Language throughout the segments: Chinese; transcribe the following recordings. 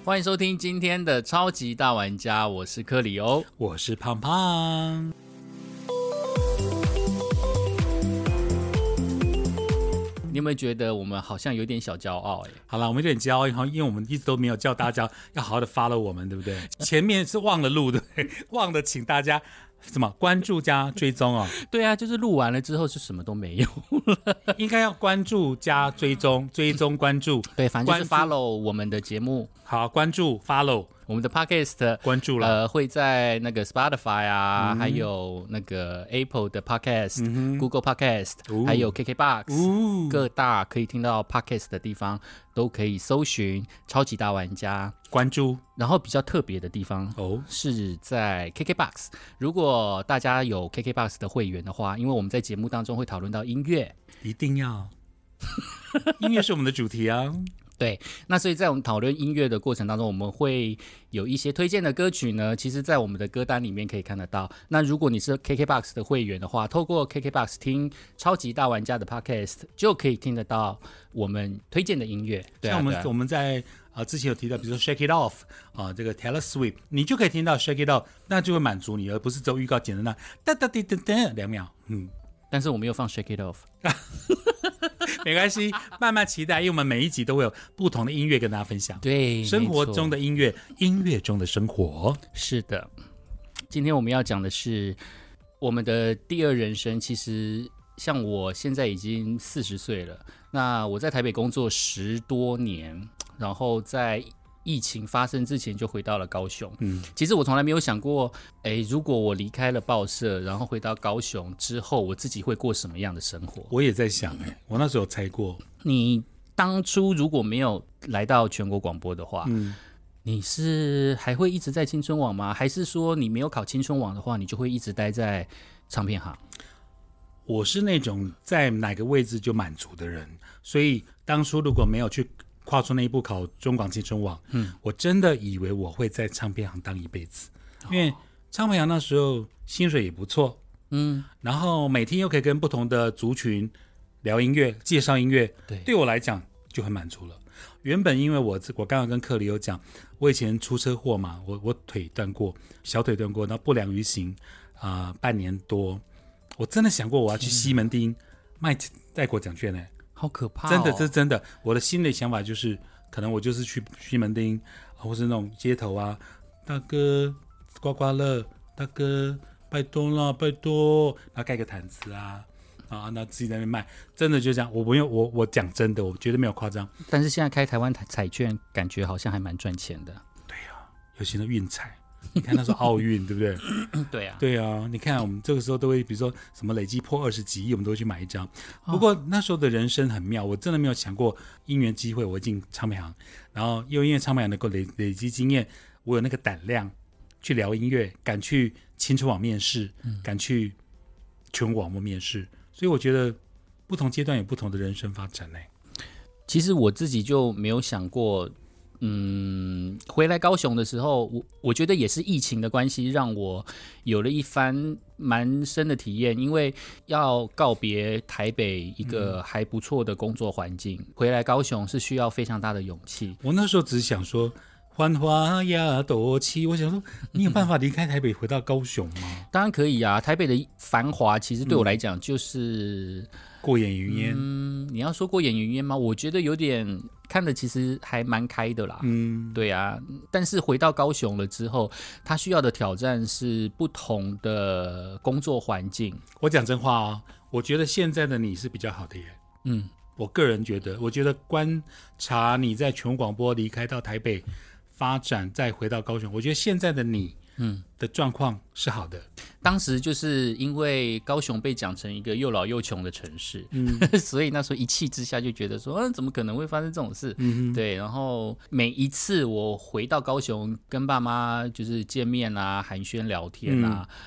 欢迎收听今天的超级大玩家，我是克里欧， 我是胖胖。 你有没有觉得我们好像有点小骄傲？ 好了，我们有点骄傲，因为我们一直都没有叫大家要好好的 follow 我们，对不对？前面是忘了录，对不对？忘了请大家什么关注加追踪哦。 对啊，就是录完了之后就什么都没有了。 应该要关注加追踪，追踪关注。 对，反正就是 follow 我们的节目。 好，关注 follow 我们的 podcast 关注了， 会在那个 Spotify 啊，还有那个 Apple 的 podcast、Google podcast，还有 KKBox，各大可以听到 podcast 的地方都可以搜寻超级大玩家关注。 然后比较特别的地方是在 KKBox， 如果大家有 KKBox 的会员的话，因为我们在节目当中会讨论到音乐， 一定要音乐是我们的主题啊。 对，那所以在我们讨论音乐的过程当中，我们会有一些推荐的歌曲呢，其实在我们的歌单里面可以看得到。那如果你是 KKBox 的会员的话，透过 KKBox 听超级大玩家的 Podcast 就可以听得到我们推荐的音乐。对啊， 像我们在之前有提到，比如说 Shake It Off 这个 Taylor Swift， 你就可以听到 Shake It Off， 那就会满足你，而不是只有预告剪的那哒哒滴噔噔2秒。 但是我没有放 Shake It Off。 没关系，慢慢期待，因为我们每一集都会有不同的音乐跟大家分享。 对， 生活中的音乐，音乐中的生活。 是的，今天我们要讲的是我们的第二人生。其实像我现在已经40岁了，那我在台北工作10多年，然后在疫情发生之前就回到了高雄。其实我从来没有想过，如果我离开了报社，然后回到高雄之后，我自己会过什么样的生活？ 我也在想，我那时候有猜过。 你当初如果没有来到全国广播的话，你是还会一直在青春网吗？还是说你没有考青春网的话，你就会一直待在唱片行？ 我是那种在哪个位置就满足的人，所以当初如果没有去跨出那一步考中广青春网，我真的以为我会在唱片行当一辈子，因为唱片行那时候薪水也不错，然后每天又可以跟不同的族群聊音乐、介绍音乐，对我来讲就很满足了。原本因为我刚刚跟克里有讲，我以前出车祸嘛，我腿断过，小腿断过，然后不良于行半年多，我真的想过我要去西门町卖代国奖券呢。 好可怕真的，这是真的。我的心里想法就是，可能我就是去西门町，或是那种街头啊，大哥刮刮乐，大哥拜托了，拜托，然后盖个毯子那自己在那边卖，真的就这样。我讲真的，我绝对没有夸张。 但是现在开台湾彩券，感觉好像还蛮赚钱的。 对啊，尤其是运彩。你看那时候奥运对不对？对啊，你看我们这个时候都会，比如说什么累积破20几亿，我们都会去买一张。不过那时候的人生很妙，我真的没有想过因缘机会我会进唱片行，然后又因为唱片行能够累积经验，我有那个胆量去聊音乐，敢去青春网面试，敢去全网络面试，所以我觉得不同阶段有不同的人生发展。 其实我自己就没有想过。回来高雄的时候，我觉得也是疫情的关系，让我有了一番蛮深的体验。因为要告别台北一个还不错的工作环境，回来高雄是需要非常大的勇气。 我那时候只想说，繁华呀多气，我想说，你有办法离开台北回到高雄吗？ 当然可以啊，台北的繁华其实对我来讲就是过眼云烟。 你要说过眼云烟吗？我觉得有点看的其实还蛮开的啦。对啊，但是回到高雄了之后，他需要的挑战是不同的工作环境。 我讲真话我觉得现在的你是比较好的耶。我个人觉得，我觉得观察你在全广播离开到台北发展，再回到高雄，我觉得现在的你的状况是好的。 当时就是因为高雄被讲成一个又老又穷的城市，所以那时候一气之下就觉得说，怎么可能会发生这种事？对。然后每一次我回到高雄跟爸妈就是见面啊、寒暄聊天啊，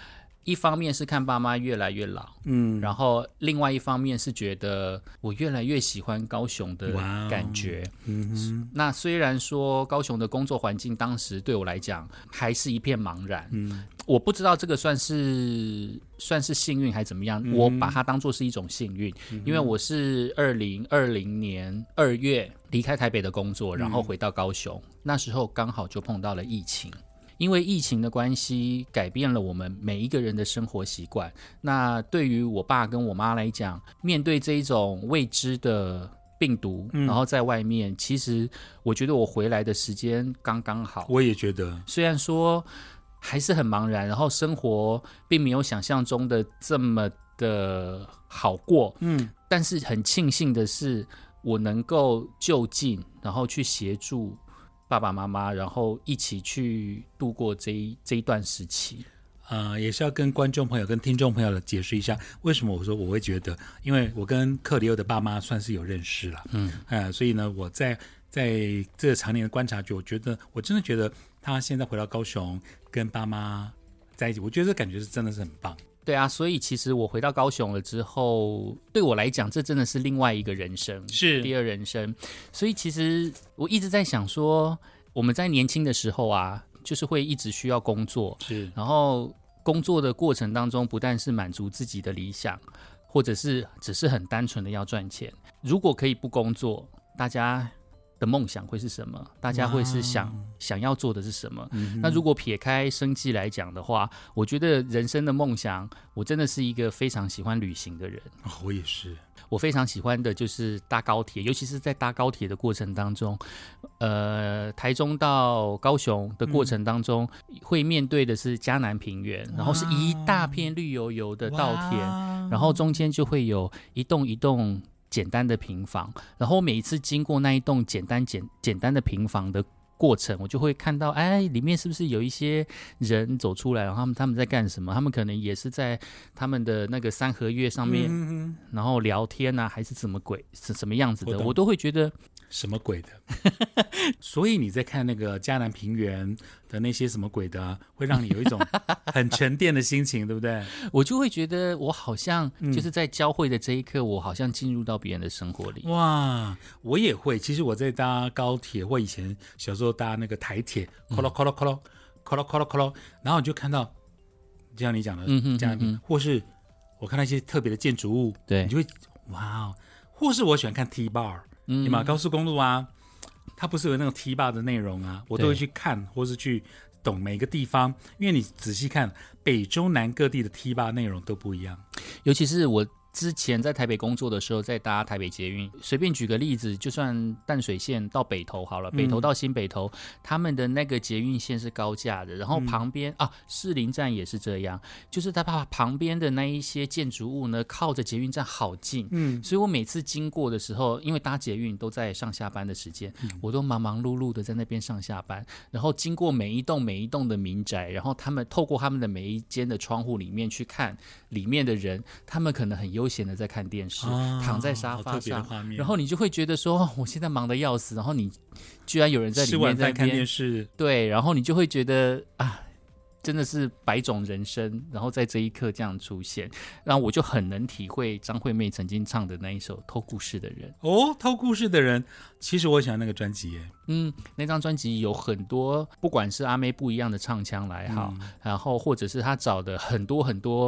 一方面是看爸妈越来越老，然后另外一方面是觉得我越来越喜欢高雄的感觉。那虽然说高雄的工作环境当时对我来讲还是一片茫然，我不知道这个算是幸运还怎么样，我把它当作是一种幸运，因为我是2020年2月离开台北的工作，然后回到高雄，那时候刚好就碰到了疫情。因为疫情的关系，改变了我们每一个人的生活习惯。那对于我爸跟我妈来讲，面对这一种未知的病毒，然后在外面，其实我觉得我回来的时间刚刚好。 我也觉得， 虽然说还是很茫然，然后生活并没有想象中的这么的好过，但是很庆幸的是，我能够就近，然后去协助爸爸妈妈，然后一起去度过这一段时期。 也是要跟观众朋友跟听众朋友解释一下，为什么我说我会觉得，因为我跟克里欧的爸妈算是有认识了，所以呢，我在这常年的观察，我觉得我真的觉得他现在回到高雄跟爸妈在一起，我觉得这感觉是真的是很棒。 对啊，所以其实我回到高雄了之后，对我来讲，这真的是另外一个人生， 是第二人生。所以其实我一直在想说，我们在年轻的时候啊，就是会一直需要工作， 是， 然后工作的过程当中，不但是满足自己的理想，或者是只是很单纯的要赚钱。如果可以不工作，大家的梦想会是什么？大家会是想要做的是什么？那如果撇开生计来讲的话，我觉得人生的梦想，我真的是一个非常喜欢旅行的人。 我也是。 我非常喜欢的就是搭高铁，尤其是在搭高铁的过程当中，台中到高雄的过程当中，会面对的是嘉南平原，然后是一大片绿油油的稻田，然后中间就会有一栋一栋简单的平房，然后每一次经过那一栋简单的平房的过程，我就会看到，里面是不是有一些人走出来，然后他们在干什么？他们可能也是在他们的那个三合院上面，然后聊天啊，还是什么鬼，是什么样子的，我都会觉得什么鬼的。所以你在看那个嘉南平原的那些什么鬼的，会让你有一种很沉淀的心情，对不对？ 我就会觉得我好像就是在交汇的这一刻，我好像进入到别人的生活里。 哇，我也会。其实我在搭高铁或以前小时候搭那个台铁，咯咯咯咯咯咯咯咯咯，然后你就看到就像你讲的嘉南平原，或是我看到一些特别的建筑物， 对， 你就会哇哦。或是我喜欢看 T bar，你们高速公路啊，它不是有那种 T bar 的内容啊，我都会去看，或是去懂每个地方，因为你仔细看北中南各地的 T bar 内容都不一样。 尤其是我之前在台北工作的时候，在搭台北捷运，随便举个例子，就算淡水线到北投好了，北投到新北投，他们的那个捷运线是高架的，然后旁边士林站也是这样，就是他把旁边的那一些建筑物呢，靠着捷运站好近，所以我每次经过的时候，因为搭捷运都在上下班的时间，我都忙忙碌碌的在那边上下班，然后经过每一栋的民宅，然后他们透过他们的每一间的窗户里面去看里面的人，他们可能很悠闲的在看电视，躺在沙发上，然后你就会觉得说，我现在忙得要死，然后你居然有人在里面在看电视， 对，然后你就会觉得真的是百种人生，然后在这一刻这样出现，然后我就很能体会张惠妹曾经唱的那一首《偷故事的人》。 偷故事的人，其实我喜欢那个专辑耶。 那张专辑有很多，不管是阿妹不一样的唱腔来好，然后或者是他找的很多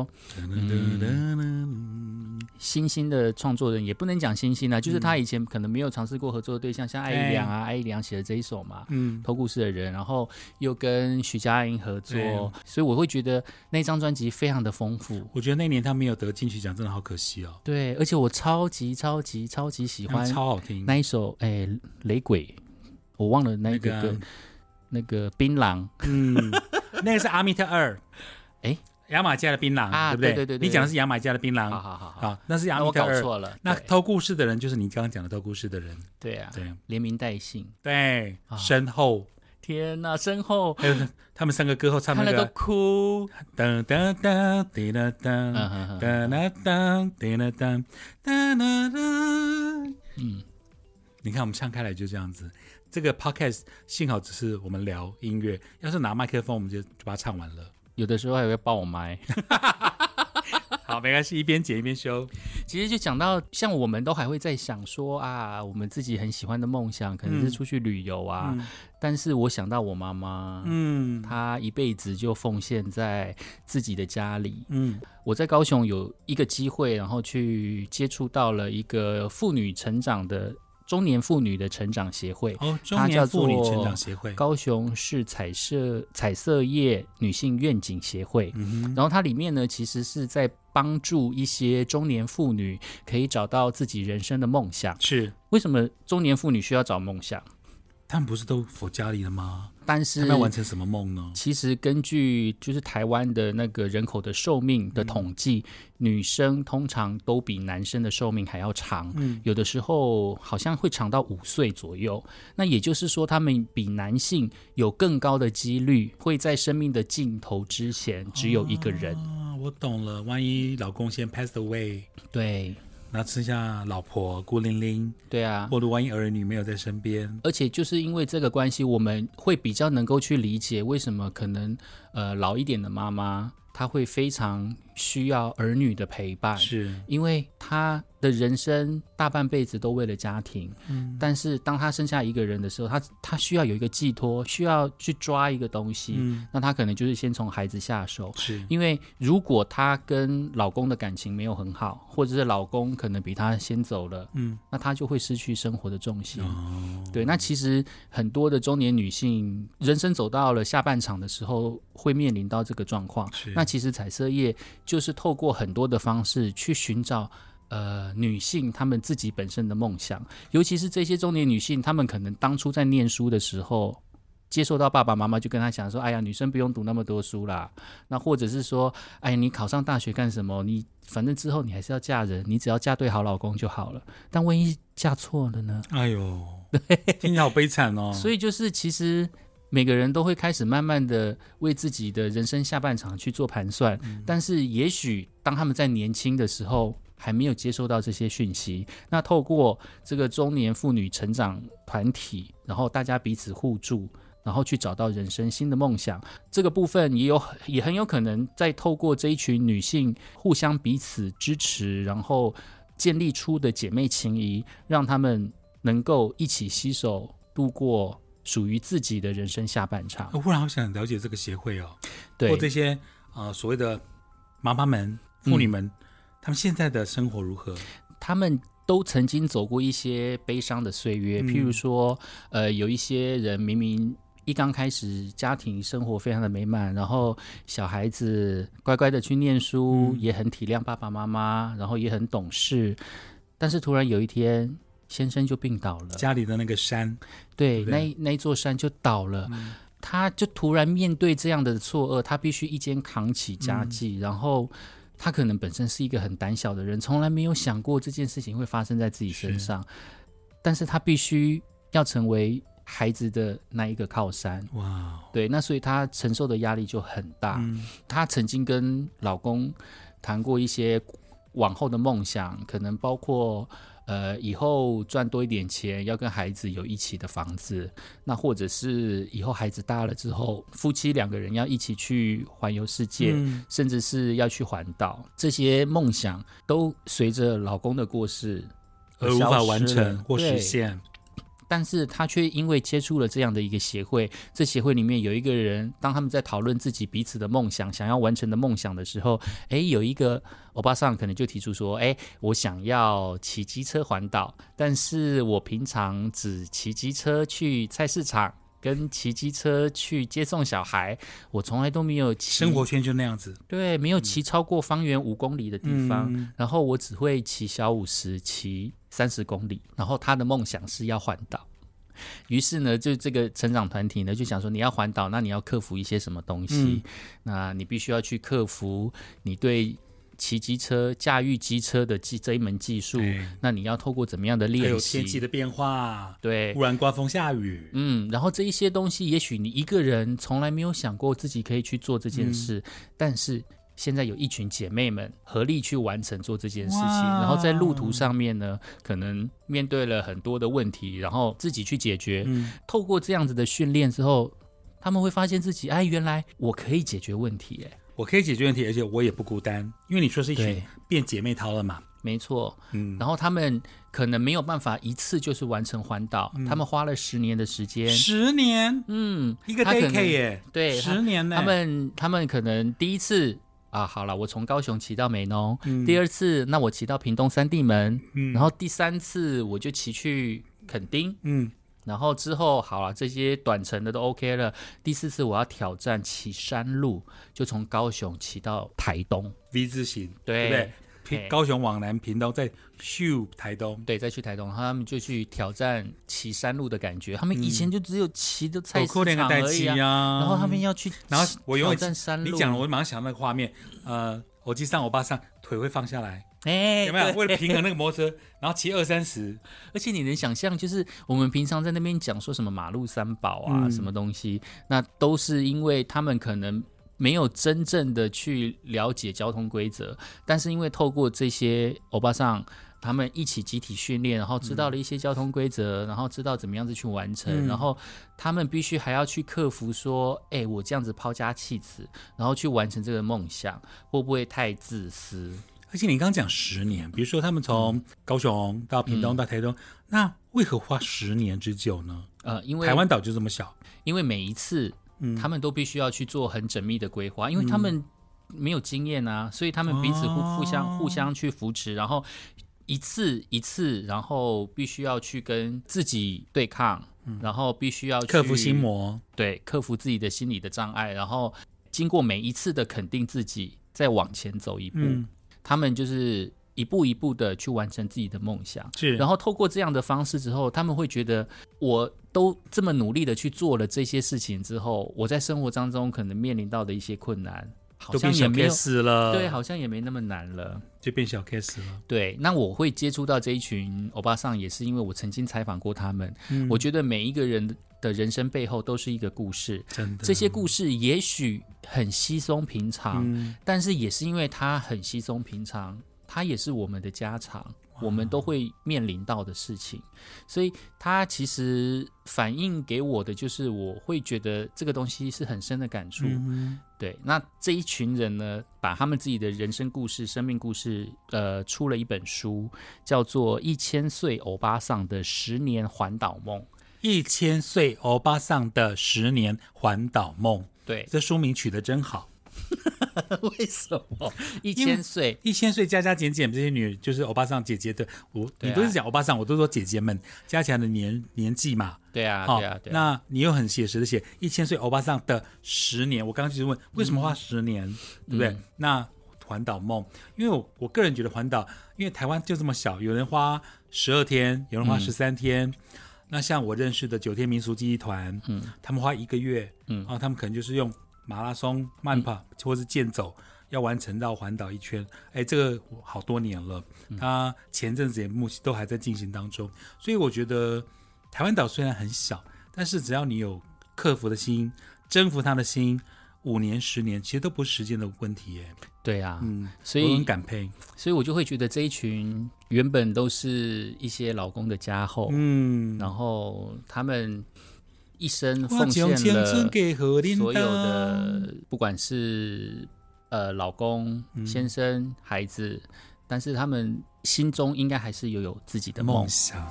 新兴的创作人，也不能讲新兴啊，就是他以前可能没有尝试过合作的对象，像艾怡良艾怡良写的这一首嘛，偷故事的人，然后又跟徐佳莹合作，所以我会觉得那张专辑非常的丰富。 我觉得那年他没有得金曲奖，真的好可惜哦。 对，而且我超级喜欢， 超好听那一首雷鬼，我忘了那个歌，那个槟榔， 那个是阿密特2，牙买加的槟榔，对不对？ 对， 你讲的是牙买加的槟榔， 好， 那是阿密特2， 我搞错了。 那偷故事的人就是你刚刚讲的偷故事的人， 对啊， 对， 连名带姓， 对，身后， 天哪，身后， 还有他们3个歌后唱那个， 看了都哭， 噔噔噔滴啦噔，噔啦噔滴啦噔，噔啦噔，你看我们唱开来就这样子。这个 podcast 幸好只是我们聊音乐，要是拿麦克风，我们就把它唱完了。 有的时候还会爆麦。 好，没关系，一边剪一边修。 其实就讲到，像我们都还会在想说啊，我们自己很喜欢的梦想可能是出去旅游啊。但是我想到我妈妈，她一辈子就奉献在自己的家里。我在高雄有一个机会，然后去接触到了一个妇女成长的。中年妇女的成长协会， 中年妇女成长协会， 高雄市彩色业女性愿景协会。然后它里面呢，其实是在帮助一些中年妇女可以找到自己人生的梦想。 是为什么中年妇女需要找梦想？ 他们不是都佛家里了吗？ 但是他们要完成什么梦呢？ 其实根据就是台湾的那个人口的寿命的统计，女生通常都比男生的寿命还要长，有的时候好像会长到5岁左右。那也就是说，他们比男性有更高的几率会在生命的尽头之前只有一个人。 我懂了，万一老公先 passed away， 对。 然后剩下老婆孤零零， 对啊， 或者万一儿女没有在身边， 而且就是因为这个关系，我们会比较能够去理解为什么可能老一点的妈妈她会非常需要儿女的陪伴， 是因为她的人生大半辈子都为了家庭，但是当她生下一个人的时候，她需要有一个寄托，需要去抓一个东西，那她可能就是先从孩子下手， 是因为如果她跟老公的感情没有很好，或者是老公可能比她先走了，那她就会失去生活的重心。对，那其实很多的中年女性人生走到了下半场的时候会面临到这个状况，那其实彩色业就是透过很多的方式去寻找女性她们自己本身的梦想，尤其是这些中年女性，她们可能当初在念书的时候接受到爸爸妈妈就跟她讲说，哎呀，女生不用读那么多书啦，那或者是说，哎呀，你考上大学干什么，你反正之后你还是要嫁人，你只要嫁对好老公就好了，但万一嫁错了呢？ 哎呦，听起来好悲惨哦。 所以就是其实每个人都会开始慢慢的为自己的人生下半场去做盘算，但是也许当他们在年轻的时候还没有接收到这些讯息，那透过这个中年妇女成长团体，然后大家彼此互助，然后去找到人生新的梦想，这个部分也很有可能在透过这一群女性互相彼此支持，然后建立出的姐妹情谊，让他们能够一起携手度过属于自己的人生下半场。 我忽然好想了解这个协会哦， 对， 或这些所谓的妈妈们、妇女们，她们现在的生活如何？ 她们都曾经走过一些悲伤的岁月，譬如说，有一些人明明一刚开始家庭生活非常的美满，然后小孩子乖乖的去念书，也很体谅爸爸妈妈，然后也很懂事，但是突然有一天先生就病倒了， 家里的那个山， 对， 对那一座山就倒了，他就突然面对这样的错愕，他必须一肩扛起家计，然后他可能本身是一个很胆小的人，从来没有想过这件事情会发生在自己身上，但是他必须要成为孩子的那一个靠山。 哇， 对，那所以他承受的压力就很大。她曾经跟老公谈过一些往后的梦想，可能包括以后赚多一点钱，要跟孩子有一起的房子，那或者是以后孩子大了之后，夫妻2个人要一起去环游世界，甚至是要去环岛，这些梦想都随着老公的过世而无法完成或实现。 但是他却因为接触了这样的一个协会，这协会里面有一个人，当他们在讨论自己彼此的梦想，想要完成的梦想的时候，有一个欧巴桑可能就提出说，我想要骑机车环岛，但是我平常只骑机车去菜市场，跟骑机车去接送小孩，我从来都没有骑， 生活圈就那样子， 对，没有骑超过方圆5公里的地方，然后我只会骑小50，骑30公里，然后他的梦想是要环岛。于是呢，就这个成长团体呢，就想说，你要环岛，那你要克服一些什么东西？那你必须要去克服你对骑机车、驾驭机车的这一门技术。那你要透过怎么样的练习？还有天气的变化， 对， 忽然刮风下雨， 然后这一些东西，也许你一个人从来没有想过自己可以去做这件事，但是现在有一群姐妹们合力去完成做这件事情，然后在路途上面呢，可能面对了很多的问题，然后自己去解决。透过这样子的训练之后， 他们会发现自己，哎，原来我可以解决问题，哎， 我可以解决问题，而且我也不孤单，因为你说是一群变姐妹淘了嘛。 没错，然后他们可能没有办法一次就是完成环岛，他们花了10年的时间。 10年，一个 decade 耶， 对 ，10年呢。 他们可能第一次啊，好了，我从高雄骑到美浓，第二次那我骑到屏东三地门，然后第3次我就骑去垦丁，然后之后好了，这些短程的都 OK 了。第4次我要挑战骑山路，就从高雄骑到台东 V 字形， 对不对？高雄往南，屏东再咻台东， 对，再去台东，然后他们就去挑战骑山路的感觉。他们以前就只有骑的菜市场而已然后他们要去， 然后我挑战山路。 你讲了，我马上想到那个画面，欧吉桑欧巴桑腿会放下来，有没有？为了平衡那个摩托车，然后骑20-30， 而且你能想象，就是我们平常在那边讲说什么马路三宝啊，什么东西，那都是因为他们可能没有真正的去了解交通规则，但是因为透过这些欧巴桑他们一起集体训练，然后知道了一些交通规则，然后知道怎么样子去完成，然后他们必须还要去克服说，我这样子抛家弃子，然后去完成这个梦想，会不会太自私？ 而且你刚刚讲10年，比如说他们从高雄到屏东到台东，那为何花10年之久呢？ 因为台湾岛就这么小， 因为每一次他们都必须要去做很缜密的规划，因为他们没有经验啊，所以他们彼此互相去扶持，然后一次一次，然后必须要去跟自己对抗，然后必须要去克服心魔， 对，克服自己的心理的障碍，然后经过每一次的肯定自己，再往前走一步。他们就是一步一步的去完成自己的梦想， 是。 然后透过这样的方式之后，他们会觉得我都这么努力的去做了这些事情之后，我在生活当中可能面临到的一些困难，好像也没有死了， 对，好像也没那么难了， 就变小 case 了。 对，那我会接触到这一群欧巴桑，也是因为我曾经采访过他们。我觉得每一个人的人生背后都是一个故事， 真的。 这些故事也许很稀松平常，但是也是因为它很稀松平常，它也是我们的家常，我们都会面临到的事情，所以它其实反映给我的就是我会觉得这个东西是很深的感触。对，那这一群人呢，把他们自己的人生故事、生命故事，出了一本书，叫做《1000岁欧巴桑的10年环岛梦》。 1000岁欧巴桑的10年环岛梦， 对， 这书名取得真好。 为什么1000岁 ？1000岁加加减减，这些女就是欧巴桑姐姐的，你都是讲欧巴桑，我都说姐姐们加起来的年纪嘛。 对啊，对啊，对啊。 那你又很写实的写1000岁欧巴桑的10年，我刚刚其实问为什么花10年，对不对？那环岛梦，因为我个人觉得环岛，因为台湾就这么小，有人花12天，有人花13天。那像我认识的9天民俗记忆团，他们花1个月，他们可能就是用马拉松、慢跑或是健走，要完成到环岛一圈。这个好多年了，他前阵子也都还在进行当中。所以我觉得台湾岛虽然很小，但是只要你有克服的心，征服他的心，5年、10年其实都不是时间的问题耶。 对啊，所以我很感佩， 所以我就会觉得这一群原本都是一些老公的家后，然后他们一生奉献了所有的，不管是老公、先生、孩子，但是他们心中应该还是有自己的梦想。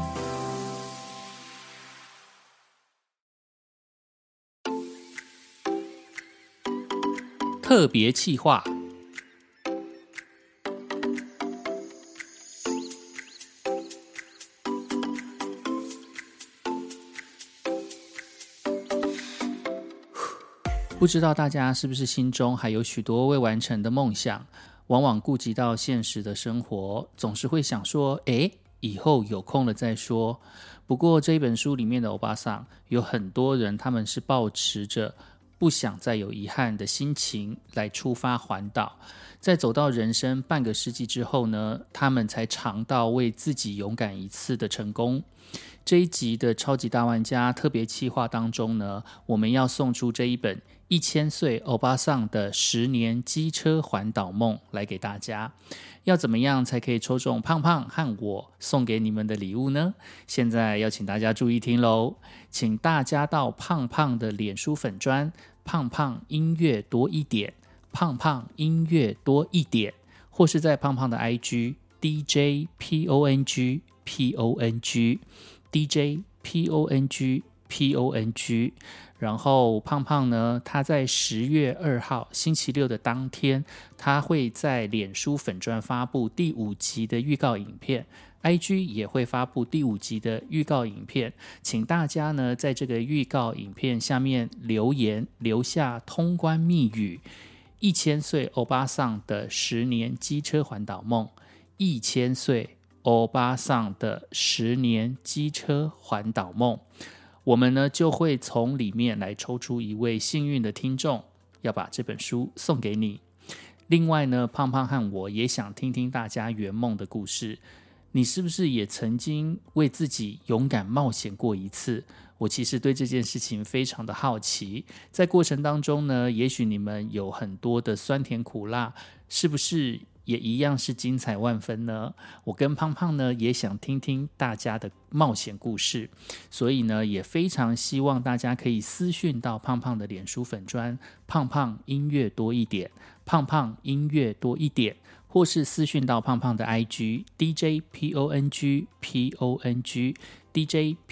特别企划。不知道大家是不是心中还有许多未完成的梦想，往往顾及到现实的生活，总是会想说，以后有空了再说。不过这一本书里面的欧巴桑，有很多人他们是抱持着不想再有遗憾的心情来出发环岛，在走到人生半个世纪之后呢，他们才尝到为自己勇敢一次的成功。这一集的超级大玩家特别企划当中呢，我们要送出这一本 1000岁欧巴桑的10年机车环岛梦来给大家。要怎么样才可以抽中胖胖和我送给你们的礼物呢？现在要请大家注意听喽，请大家到胖胖的脸书粉专胖胖音乐多一点，胖胖音乐多一点，或是在胖胖的 IG DJ PONG DJ PONG，然后胖胖呢，他在10月2号星期六的当天，他会在脸书粉专发布第5集的预告影片， IG 也会发布第5集的预告影片，请大家呢在这个预告影片下面留言，留下通关密语：1000岁欧巴桑的10年机车环岛梦，1000岁欧巴桑的10年机车环岛梦。我们呢就会从里面来抽出一位幸运的听众，要把这本书送给你。另外呢，胖胖和我也想听听大家圆梦的故事。你是不是也曾经为自己勇敢冒险过一次？我其实对这件事情非常的好奇。在过程当中呢，也许你们有很多的酸甜苦辣，是不是也一样是精彩万分呢？我跟胖胖呢也想听听大家的冒险故事，所以呢也非常希望大家可以私讯到胖胖的脸书粉专胖胖音乐多一点，胖胖音乐多一点，或是私讯到胖胖的 IG DJ PONG DJ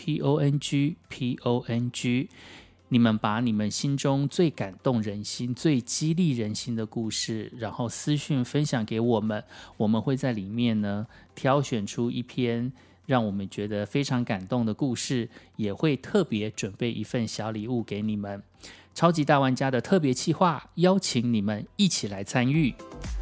PONG，你们把你们心中最感动人心、最激励人心的故事，然后私讯分享给我们，我们会在里面呢挑选出一篇让我们觉得非常感动的故事，也会特别准备一份小礼物给你们。超级大玩家的特别企划，邀请你们一起来参与。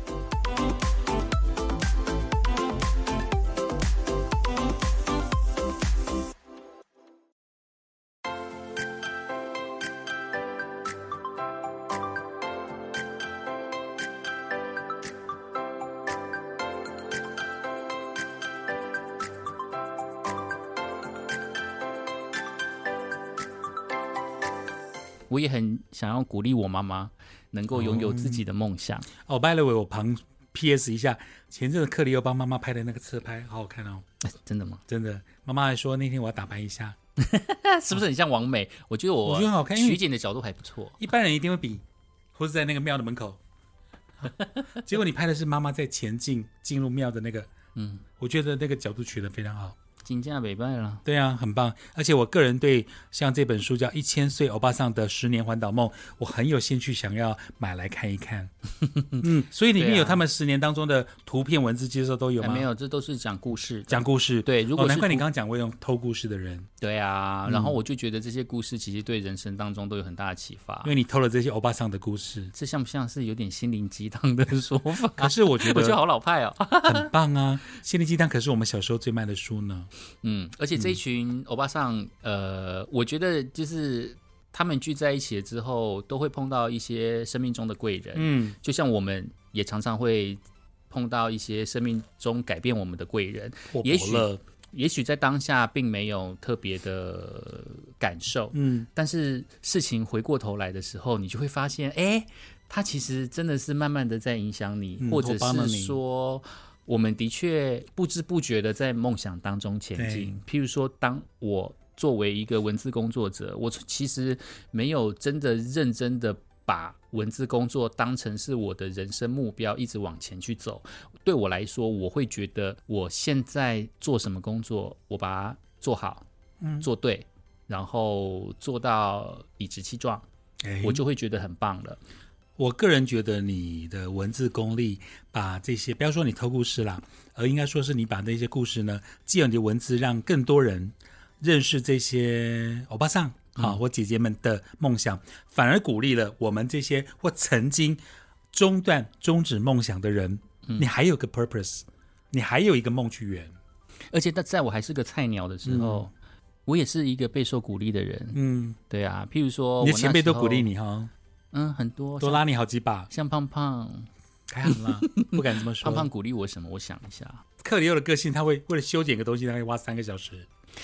我也很想要鼓励我妈妈能够拥有自己的梦想。 by the way， 我旁 PS 一下，前阵子克里又帮妈妈拍的那个侧拍，好好看哦。 真的吗？ 真的，妈妈还说那天我要打扮一下， 是不是很像王美？我觉得很好看， 取景的角度还不错。 一般人一定会比，或是在那个庙的门口，结果你拍的是妈妈在前进进入庙的那个，我觉得那个角度取得非常好。 金价北拜了， 对啊，很棒。而且我个人对像这本书叫《1000岁欧巴桑的10年环岛梦》，我很有兴趣，想要买来看一看。所以里面有他们10年当中的图片、文字介绍都有吗？ 没有，这都是讲故事的。 讲故事， 对。如果难怪你刚刚讲过用偷故事的人。 对啊，然后我就觉得这些故事其实对人生当中都有很大的启发。 因为你偷了这些欧巴桑的故事， 这像不像是有点心灵鸡汤的说法？ 可是我觉得好老派哦， 很棒啊！心灵鸡汤可是我们小时候最卖的书呢。 而且这一群欧巴桑，我觉得就是他们聚在一起了之后，都会碰到一些生命中的贵人。就像我们也常常会碰到一些生命中改变我们的贵人。也许在当下并没有特别的感受，但是事情回过头来的时候，你就会发现，他其实真的是慢慢的在影响你，或者是说我们的确不知不觉的在梦想当中前进。譬如说，当我作为一个文字工作者，我其实没有真的认真的把文字工作当成是我的人生目标，一直往前去走。对我来说，我会觉得我现在做什么工作，我把它做好，做对，然后做到理直气壮，我就会觉得很棒了。 我个人觉得你的文字功力，把这些不要说你偷故事啦，而应该说是你把那些故事呢，借由你的文字，让更多人认识这些欧巴桑或姐姐们的梦想，反而鼓励了我们这些或曾经终止梦想的人。你还有个 purpose， 你还有一个梦去圆。 而且在我还是个菜鸟的时候，我也是一个备受鼓励的人。对啊，譬如说你的前辈都鼓励你哈。 很多都拉你好几把， 像胖胖， 还好啦，不敢这么说。 胖胖鼓励我什么？我想一下， 克里欧的个性，他会为了修剪一个东西，他会花3个小时。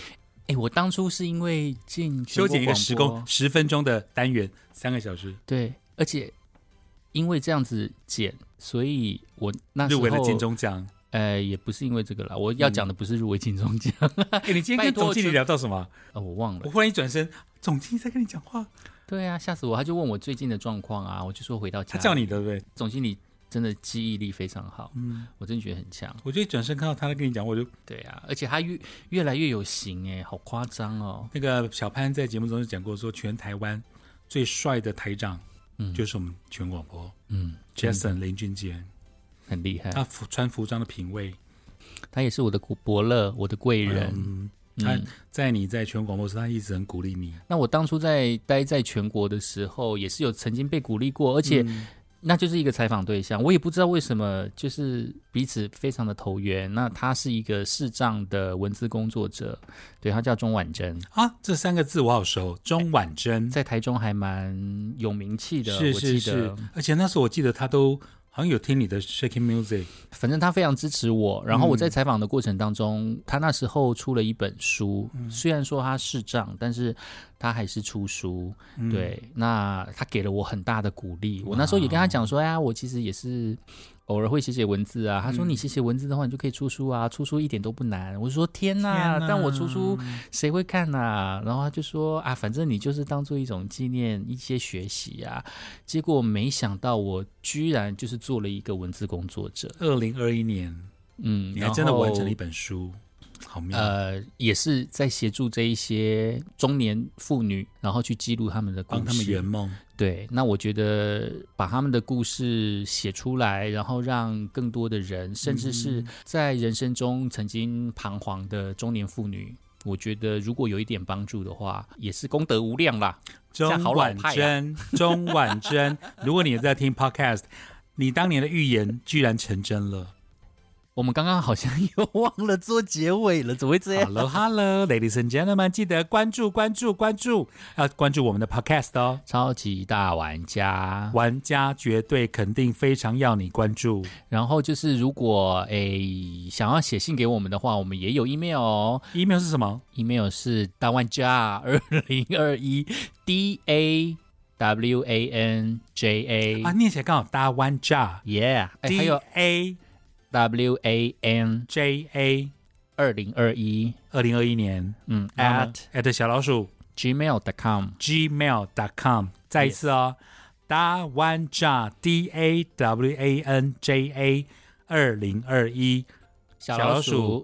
我当初是因为进全修剪一个国广播 10分钟的单元，3个小时， 对，而且因为这样子剪，所以我那时候入围了金钟奖。 也不是因为这个啦，我要讲的不是入围金钟奖。 你今天跟总经理聊到什么？ 我忘了。 我忽然一转身，总经理在跟你讲话。 对啊，吓死我！他就问我最近的状况啊，我就说回到家。 他叫你对不对？ 总经理真的记忆力非常好，我真的觉得很强。 我就一转身看到他在跟你讲，我就对啊，而且他越来越有型好夸张哦。 那个小潘在节目中就讲过说，全台湾最帅的台长，就是我们全广播，Jason 林俊杰。 很厉害， 他穿服装的品味， 他也是我的伯乐，我的贵人。 他在你在全国广播时，他一直很鼓励你。 那我当初待在全国的时候，也是有曾经被鼓励过，而且那就是一个采访对象，我也不知道为什么，就是彼此非常的投缘。那他是一个视障的文字工作者，对，他叫钟婉珍啊，这3个字我好熟，钟婉珍在台中还蛮有名气的， 是，而且那时候我记得他都。好像有听你的 Shaking Music， 反正他非常支持我。然后我在采访的过程当中，他那时候出了一本书，虽然说他视障，但是他还是出书。对，那他给了我很大的鼓励。我那时候也跟他讲说，我其实也是偶尔会写文字啊。他说你写文字的话，你就可以出书啊，出书一点都不难。我就说天哪，但我出书谁会看啊？然后他就说反正你就是当做一种纪念，一些学习啊。结果没想到我居然就是做了一个文字工作者。 2021年，你还真的完成了一本书。好妙。 也是在协助这一些中年妇女，然后去记录他们的故事， 帮他们圆梦。 对，那我觉得把他们的故事写出来，然后让更多的人，甚至是在人生中曾经彷徨的中年妇女，我觉得如果有一点帮助的话，也是功德无量啦。 钟婉珍，钟婉珍，如果你在听 Podcast， 你当年的预言居然成真了。 我们刚刚好像又忘了做结尾了，怎么会这样 ？Hello, ladies and gentlemen， 记得关注，要关注我们的 podcast 哦。 超级大玩家， 玩家绝对肯定非常要你关注。 然后就是如果想要写信给我们的话，我们也有 email 哦。 email 是什么 ？email 是大玩家2021 DAWANJA 啊，念起来刚好大玩家 ，Yeah， 还有 WANJA 2021 年 ，at 小老鼠 gmail.com 再一次哦，大玩家 DAWANJA 2021 小老鼠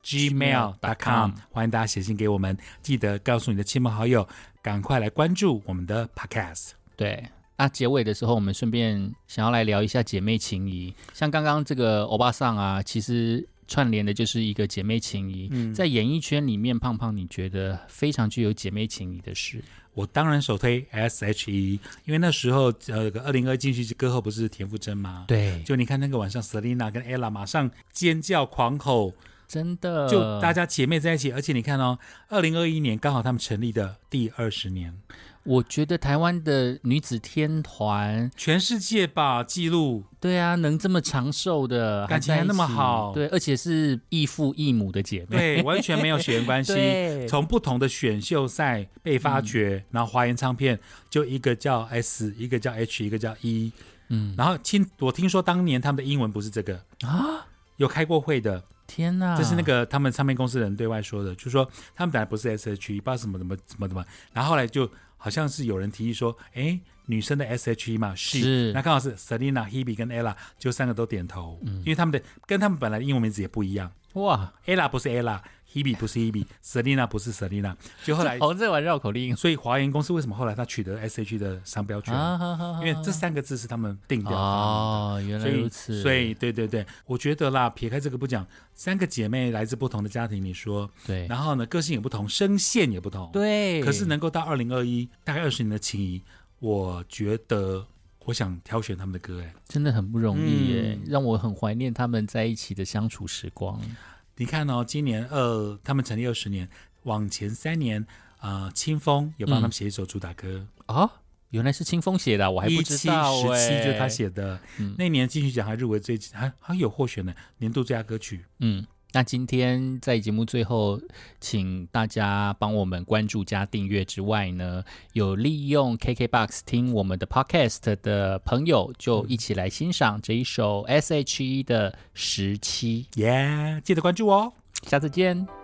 gmail.com， 欢迎大家写信给我们，记得告诉你的亲朋好友，赶快来关注我们的 podcast。 对。那结尾的时候，我们顺便想要来聊一下姐妹情谊。像刚刚这个欧巴桑啊，其实串联的就是一个姐妹情谊。在演艺圈里面，胖胖你觉得非常具有姐妹情谊的事？ 我当然首推 SHE， 因为那时候2022进去歌后不是田馥甄吗？ 对， 就你看那个晚上 Selina 跟 Ella 马上尖叫狂吼， 真的， 就大家姐妹在一起。而且你看哦，2021年刚好他们成立的第20年。 我觉得台湾的女子天团， 全世界吧纪录， 对啊，能这么长寿的， 感情还那么好， 对，而且是异父异母的姐妹， 对，完全没有血缘关系。从不同的选秀赛被发掘，然后华研唱片就一个叫 S， 一个叫 H， 一个叫 E，然后我听说当年他们的英文不是这个啊，有开过会的。 天哪！ 这是那个他们唱片公司的人对外说的，就是说他们本来不是 SHE， 不知道什么，然后后来就好像是有人提议说，女生的 SHE 嘛，是，那刚好是 Selina、Hebe 跟 Ella， 就3个都点头，因为他们跟他们本来的英文名字也不一样。哇 ，Ella 不是 Ella，Hebe 不是 Hebe，Selina 不是 Selina， 就后来在玩绕口令。 所以华研公司为什么后来他取得 SHE 的商标权？因为这3个字是他们定掉的。 哦，原来如此。 所以对，我觉得啦，撇开这个不讲，3个姐妹来自不同的家庭，你说对，然后呢，个性也不同，声线也不同， 对。 可是能够到2021，大概20年的情谊，我觉得。我想挑选他们的歌， 真的很不容易耶，让我很怀念他们在一起的相处时光。 你看哦，今年他们成立20年，往前3年，清风有帮他们写一首主打歌啊，原来是清风写的，我还不知道 17就是他写的。那年金曲奖还入围还有获选的年度最佳歌曲。 那今天在节目最后，请大家帮我们关注加订阅之外呢，有利用 KKBOX 听我们的 Podcast 的朋友，就一起来欣赏这一首 SHE 的17。 耶，记得关注哦， 下次见。